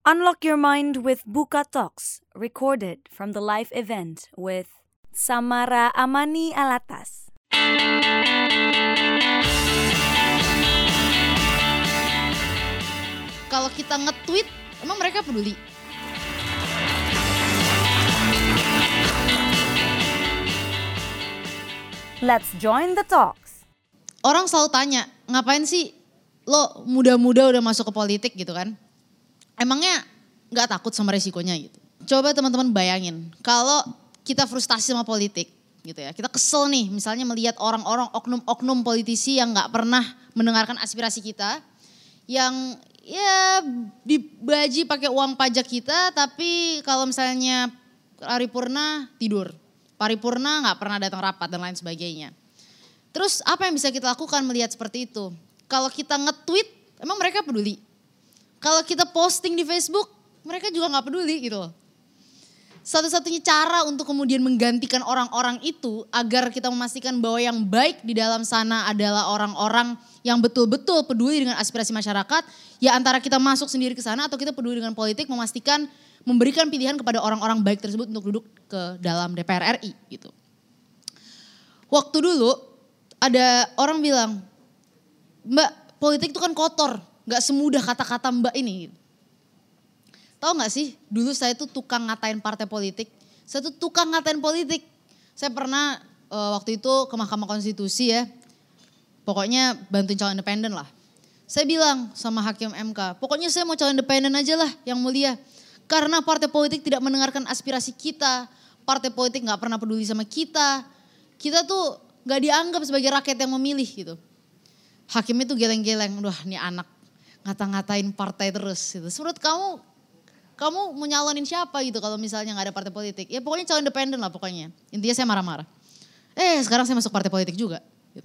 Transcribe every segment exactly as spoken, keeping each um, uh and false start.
Unlock your mind with Buka Talks, recorded from the live event with Samara Amani Alatas. Kalau kita nge-tweet, emang mereka peduli? Let's join the talks. Orang selalu tanya, ngapain sih lo muda-muda udah masuk ke politik gitu kan? Emangnya gak takut sama resikonya gitu? Coba teman-teman bayangin, kalau kita frustasi sama politik gitu ya. Kita kesel nih misalnya melihat orang-orang oknum-oknum politisi yang gak pernah mendengarkan aspirasi kita. Yang ya dibaji pakai uang pajak kita, tapi kalau misalnya paripurna tidur. Paripurna gak pernah datang rapat dan lain sebagainya. Terus apa yang bisa kita lakukan melihat seperti itu? Kalau kita nge-tweet, emang mereka peduli? Kalau kita posting di Facebook, mereka juga gak peduli gitu loh. Satu-satunya cara untuk kemudian menggantikan orang-orang itu agar kita memastikan bahwa yang baik di dalam sana adalah orang-orang yang betul-betul peduli dengan aspirasi masyarakat. Ya antara kita masuk sendiri ke sana atau kita peduli dengan politik, memastikan memberikan pilihan kepada orang-orang baik tersebut untuk duduk ke dalam D P R R I gitu. Waktu dulu ada orang bilang, Mbak politik itu kan kotor. Gak semudah kata-kata Mbak ini. Tahu gak sih, dulu saya tuh tukang ngatain partai politik. Saya tuh tukang ngatain politik. Saya pernah uh, waktu itu ke Mahkamah Konstitusi ya. Pokoknya bantuin calon independen lah. Saya bilang sama Hakim M K, pokoknya saya mau calon independen aja lah yang mulia. Karena partai politik tidak mendengarkan aspirasi kita. Partai politik gak pernah peduli sama kita. Kita tuh gak dianggap sebagai rakyat yang memilih gitu. Hakim itu geleng-geleng, wah ini anak ngata-ngatain partai terus gitu. Menurut kamu, kamu mau nyalonin siapa gitu kalau misalnya gak ada partai politik? Ya pokoknya calon independen lah pokoknya. Intinya saya marah-marah. Eh sekarang saya masuk partai politik juga gitu.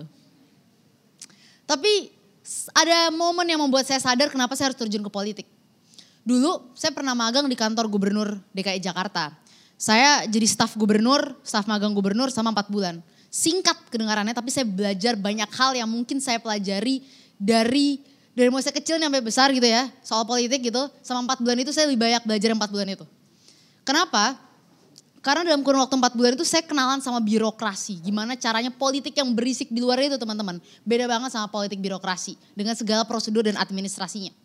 Tapi ada momen yang membuat saya sadar kenapa saya harus terjun ke politik. Dulu saya pernah magang di kantor gubernur D K I Jakarta. Saya jadi staf gubernur, staf magang gubernur sama empat bulan. Singkat kedengarannya tapi saya belajar banyak hal yang mungkin saya pelajari dari dari mulai saya kecil sampai besar gitu ya, soal politik gitu. Sama empat bulan itu saya lebih banyak belajar empat bulan itu. Kenapa? Karena dalam kurun waktu empat bulan itu saya kenalan sama birokrasi. Gimana caranya politik yang berisik di luar itu teman-teman. Beda banget sama politik birokrasi. Dengan segala prosedur dan administrasinya.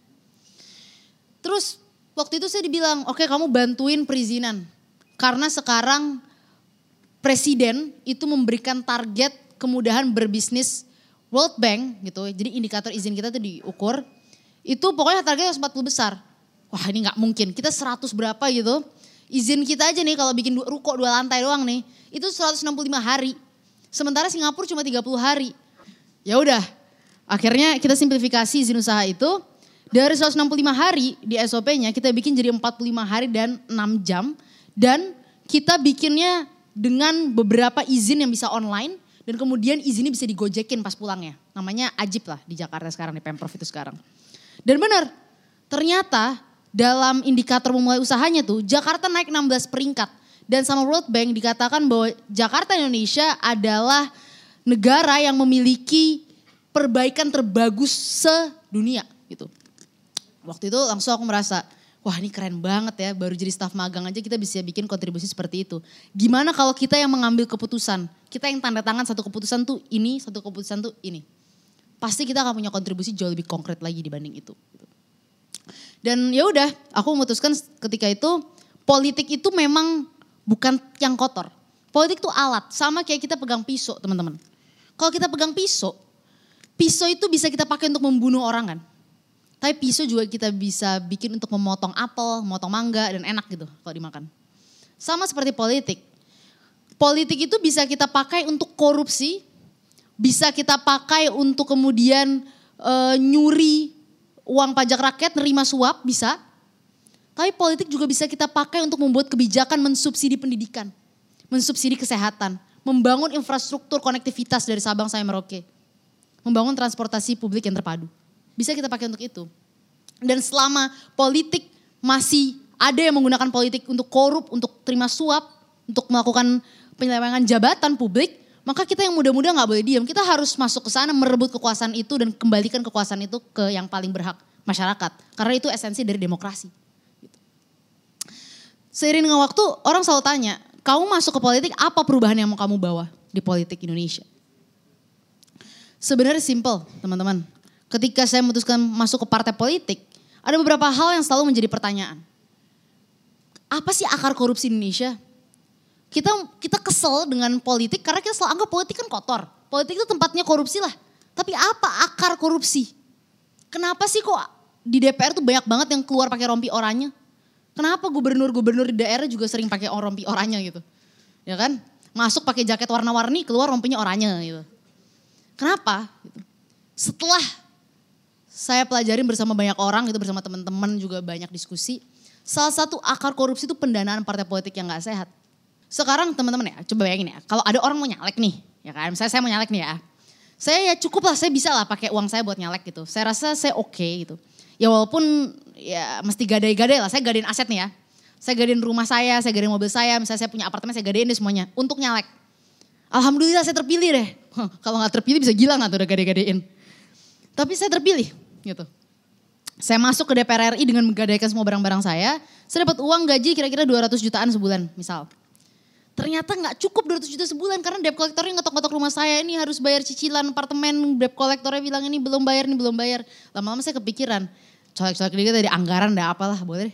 Terus waktu itu saya dibilang, oke okay, kamu bantuin perizinan. Karena sekarang presiden itu memberikan target kemudahan berbisnis World Bank gitu, jadi indikator izin kita tuh diukur, itu pokoknya targetnya harus empat puluh besar. Wah ini gak mungkin, kita seratus berapa gitu, izin kita aja nih kalau bikin ruko dua lantai doang nih, itu seratus enam puluh lima hari. Sementara Singapura cuma tiga puluh hari. Ya udah, akhirnya kita simplifikasi izin usaha itu, dari seratus enam puluh lima hari di S O P-nya kita bikin jadi empat puluh lima hari dan enam jam. Dan kita bikinnya dengan beberapa izin yang bisa online. Dan kemudian izinnya bisa digojekin pas pulangnya. Namanya Ajib lah di Jakarta sekarang, di Pemprov itu sekarang. Dan benar, ternyata dalam indikator memulai usahanya tuh Jakarta naik enam belas peringkat. Dan sama World Bank dikatakan bahwa Jakarta Indonesia adalah negara yang memiliki perbaikan terbagus sedunia gitu. Waktu itu langsung aku merasa, wah ini keren banget ya, baru jadi staf magang aja kita bisa bikin kontribusi seperti itu. Gimana kalau kita yang mengambil keputusan, kita yang tanda tangan satu keputusan tuh ini, satu keputusan tuh ini. Pasti kita akan punya kontribusi jauh lebih konkret lagi dibanding itu. Dan ya udah, aku memutuskan ketika itu, politik itu memang bukan yang kotor. Politik itu alat, sama kayak kita pegang pisau teman-teman. Kalau kita pegang pisau, pisau itu bisa kita pakai untuk membunuh orang kan. Tapi pisau juga kita bisa bikin untuk memotong apel, memotong mangga dan enak gitu kalau dimakan. Sama seperti politik. Politik itu bisa kita pakai untuk korupsi, bisa kita pakai untuk kemudian e, nyuri uang pajak rakyat, nerima suap bisa. Tapi politik juga bisa kita pakai untuk membuat kebijakan mensubsidi pendidikan, mensubsidi kesehatan, membangun infrastruktur konektivitas dari Sabang sampai Merauke, membangun transportasi publik yang terpadu. Bisa kita pakai untuk itu. Dan selama politik masih ada yang menggunakan politik untuk korup, untuk terima suap, untuk melakukan penyelewengan jabatan publik, maka kita yang muda-muda gak boleh diam. Kita harus masuk ke sana merebut kekuasaan itu dan kembalikan kekuasaan itu ke yang paling berhak, masyarakat. Karena itu esensi dari demokrasi. Gitu. Seiring dengan waktu orang selalu tanya, kamu masuk ke politik apa perubahan yang mau kamu bawa di politik Indonesia? Sebenarnya simple teman-teman. Ketika saya memutuskan masuk ke partai politik, ada beberapa hal yang selalu menjadi pertanyaan. Apa sih akar korupsi Indonesia? Kita kita kesel dengan politik karena kita selalu anggap politik kan kotor. Politik itu tempatnya korupsi lah. Tapi apa akar korupsi? Kenapa sih kok di D P R tuh banyak banget yang keluar pakai rompi oranye? Kenapa gubernur-gubernur di daerah juga sering pakai rompi oranye gitu? Ya kan? Masuk pakai jaket warna-warni, keluar rompinya oranye gitu. Kenapa? Setelah saya pelajarin bersama banyak orang, itu bersama teman-teman juga banyak diskusi. Salah satu akar korupsi itu pendanaan partai politik yang gak sehat. Sekarang teman-teman ya, coba bayangin ya. Kalau ada orang mau nyalek nih, ya kan? Misalnya saya mau nyalek nih ya. Saya ya cukup lah, saya bisa lah pakai uang saya buat nyalek gitu. Saya rasa saya oke okay, gitu. Ya walaupun ya mesti gadai-gadai lah, saya gadain aset nih ya. Saya gadain rumah saya, saya gadain mobil saya, misalnya saya punya apartemen, saya gadain deh semuanya untuk nyalek. Alhamdulillah saya terpilih deh. Huh, kalau gak terpilih bisa gila gak tuh udah gadai-gadain. Tapi saya terpilih gitu. Saya masuk ke D P R R I dengan menggadaikan semua barang-barang saya. Saya dapat uang gaji kira-kira dua ratus jutaan sebulan misal. Ternyata gak cukup dua ratus juta sebulan karena debt collectornya ngetok-ngetok rumah saya. Ini harus bayar cicilan apartemen, debt collectornya bilang ini belum bayar, ini belum bayar. Lama-lama saya kepikiran, colek-colek dikit dari anggaran dah apalah boleh deh.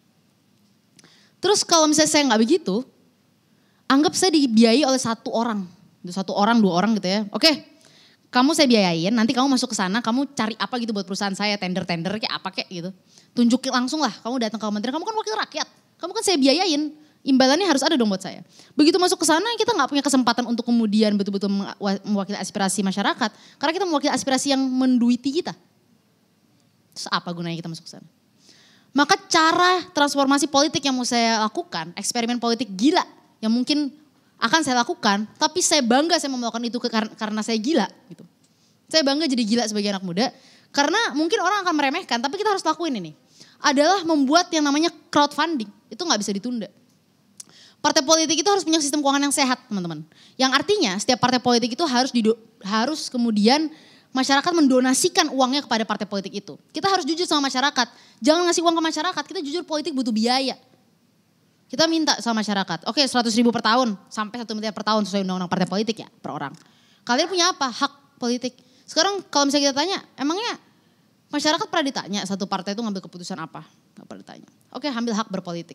Terus kalau misalnya saya gak begitu, anggap saya dibiayai oleh satu orang. Satu orang, dua orang gitu ya. Oke, kamu saya biayain, nanti kamu masuk ke sana, kamu cari apa gitu buat perusahaan saya, tender-tender kayak apa kayak gitu. Tunjukin langsung lah, kamu datang ke kementerian, kamu kan wakil rakyat. Kamu kan saya biayain, imbalannya harus ada dong buat saya. Begitu masuk ke sana kita gak punya kesempatan untuk kemudian betul-betul mewakili aspirasi masyarakat. Karena kita mewakili aspirasi yang menduiti kita. Terus apa gunanya kita masuk ke sana? Maka cara transformasi politik yang mau saya lakukan, eksperimen politik gila yang mungkin akan saya lakukan, tapi saya bangga saya mau melakukan itu ke, karena saya gila gitu. Saya bangga jadi gila sebagai anak muda, karena mungkin orang akan meremehkan, tapi kita harus lakuin ini. Adalah membuat yang namanya crowdfunding, itu gak bisa ditunda. Partai politik itu harus punya sistem keuangan yang sehat teman-teman. Yang artinya setiap partai politik itu harus dido, harus kemudian masyarakat mendonasikan uangnya kepada partai politik itu. Kita harus jujur sama masyarakat, jangan ngasih uang ke masyarakat, kita jujur politik butuh biaya. Kita minta sama masyarakat, oke seratus ribu per tahun sampai satu miliar per tahun sesuai undang-undang partai politik ya per orang. Kalian punya apa? Hak politik. Sekarang kalau misalnya kita tanya, emangnya masyarakat pernah ditanya satu partai itu ngambil keputusan apa? Gak pernah ditanya. Oke ambil hak berpolitik.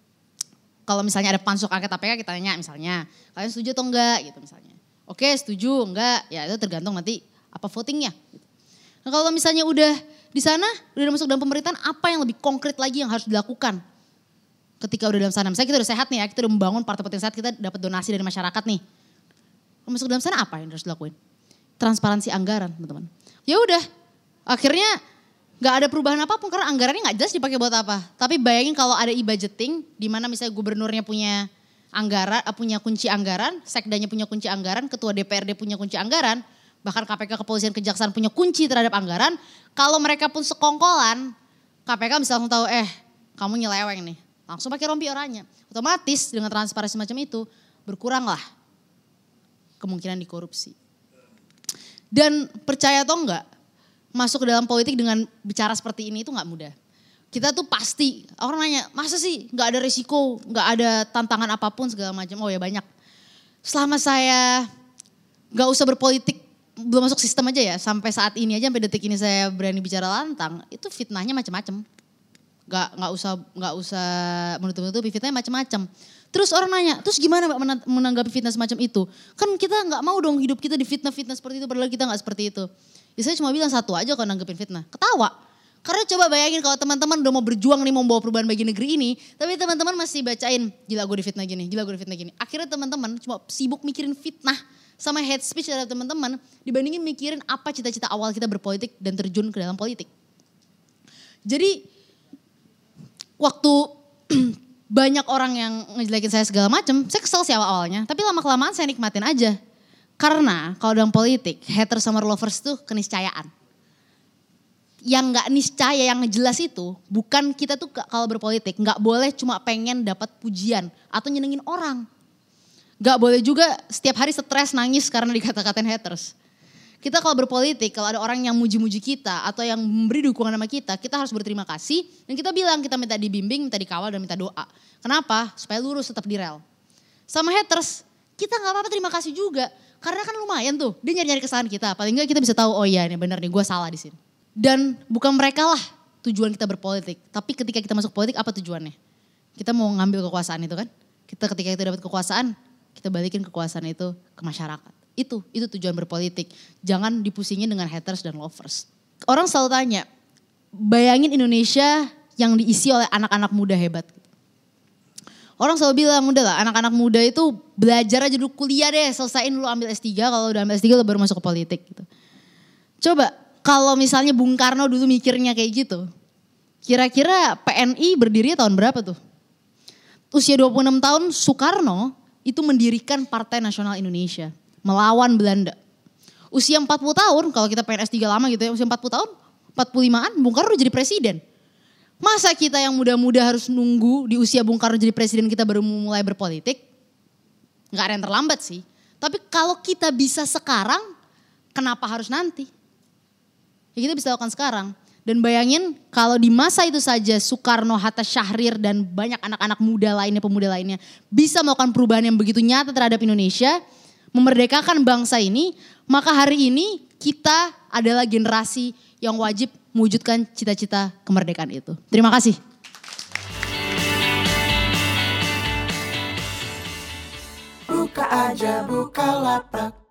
Kalau misalnya ada pansus angket K P K kita tanya misalnya, kalian setuju atau enggak gitu misalnya. Oke setuju, enggak, ya itu tergantung nanti apa votingnya. Gitu. Nah kalau misalnya udah di sana, udah masuk dalam pemerintahan, apa yang lebih konkret lagi yang harus dilakukan? Ketika udah dalam sana, misalnya kita udah sehat nih ya, kita udah membangun partai politik sehat, kita dapat donasi dari masyarakat nih. Kalau masuk dalam sana apa yang harus dilakuin? Transparansi anggaran teman-teman. Ya udah, akhirnya gak ada perubahan apapun karena anggarannya gak jelas dipakai buat apa. Tapi bayangin kalau ada e-budgeting, di mana misalnya gubernurnya punya anggaran, punya kunci anggaran, sekdanya punya kunci anggaran, ketua D P R D punya kunci anggaran, bahkan K P K, kepolisian, kejaksaan punya kunci terhadap anggaran. Kalau mereka pun sekongkolan, K P K bisa langsung tahu, eh kamu nyeleweng nih. Langsung pakai rompi oranye. Otomatis dengan transparansi macam itu berkuranglah kemungkinan dikorupsi. Dan percaya atau enggak, masuk ke dalam politik dengan bicara seperti ini itu enggak mudah. Kita tuh pasti, orang nanya, masa sih enggak ada resiko, enggak ada tantangan apapun segala macam. Oh ya banyak. Selama saya enggak usah berpolitik, belum masuk sistem aja ya, sampai saat ini aja, sampai detik ini saya berani bicara lantang, itu fitnahnya macam-macam. Gak, gak usah gak usah menutup-nutupi, fitnahnya macam-macam. Terus orang nanya, terus gimana Mbak menanggapi fitnah semacam itu? Kan kita gak mau dong hidup kita di fitnah-fitnah seperti itu, padahal kita gak seperti itu. Ya saya cuma bilang satu aja kalau nanggepin fitnah, ketawa. Karena coba bayangin kalau teman-teman udah mau berjuang nih, mau bawa perubahan bagi negeri ini, tapi teman-teman masih bacain, gila gue di fitnah gini, gila gue di fitnah gini. Akhirnya teman-teman cuma sibuk mikirin fitnah sama hate speech dari teman-teman, dibandingin mikirin apa cita-cita awal kita berpolitik dan terjun ke dalam politik. Jadi waktu banyak orang yang ngejelekin saya segala macam, saya kesel sih awal-awalnya. Tapi lama-kelamaan saya nikmatin aja. Karena kalau dalam politik, haters sama lovers tuh keniscayaan. Yang gak niscaya, yang jelas itu, bukan kita tuh kalau berpolitik, gak boleh cuma pengen dapat pujian atau nyenengin orang. Gak boleh juga setiap hari stres nangis karena dikata-katain haters. Kita kalau berpolitik, kalau ada orang yang muji-muji kita atau yang memberi dukungan sama kita, kita harus berterima kasih dan kita bilang kita minta dibimbing, minta dikawal dan minta doa. Kenapa? Supaya lurus tetap di rel. Sama haters, kita gak apa-apa terima kasih juga. Karena kan lumayan tuh, dia nyari-nyari kesalahan kita. Paling enggak kita bisa tahu, oh iya ini benar nih gue salah di sini. Dan bukan mereka lah tujuan kita berpolitik. Tapi ketika kita masuk politik apa tujuannya? Kita mau ngambil kekuasaan itu kan? Kita ketika kita dapat kekuasaan, kita balikin kekuasaan itu ke masyarakat. Itu, itu tujuan berpolitik. Jangan dipusingin dengan haters dan lovers. Orang selalu tanya, bayangin Indonesia yang diisi oleh anak-anak muda hebat. Orang selalu bilang, udah lah anak-anak muda itu belajar aja dulu, kuliah deh, selesaiin lu ambil S tiga, kalau udah ambil S tiga lu baru masuk ke politik. Gitu. Coba, kalau misalnya Bung Karno dulu mikirnya kayak gitu, kira-kira P N I berdiri tahun berapa tuh? Usia dua puluh enam tahun Soekarno itu mendirikan Partai Nasional Indonesia. Melawan Belanda. Usia empat puluh tahun, kalau kita pengen S tiga lama gitu ya, usia empat puluh tahun, empat puluh limaan, Bung Karno jadi presiden. Masa kita yang muda-muda harus nunggu di usia Bung Karno jadi presiden kita baru mulai berpolitik? Gak ada yang terlambat sih. Tapi kalau kita bisa sekarang, kenapa harus nanti? Ya kita bisa lakukan sekarang. Dan bayangin kalau di masa itu saja Soekarno, Hatta, Syahrir dan banyak anak-anak muda lainnya, pemuda lainnya bisa melakukan perubahan yang begitu nyata terhadap Indonesia, memerdekakan bangsa ini, maka hari ini kita adalah generasi yang wajib mewujudkan cita-cita kemerdekaan itu. Terima kasih. Buka aja Bukalapak.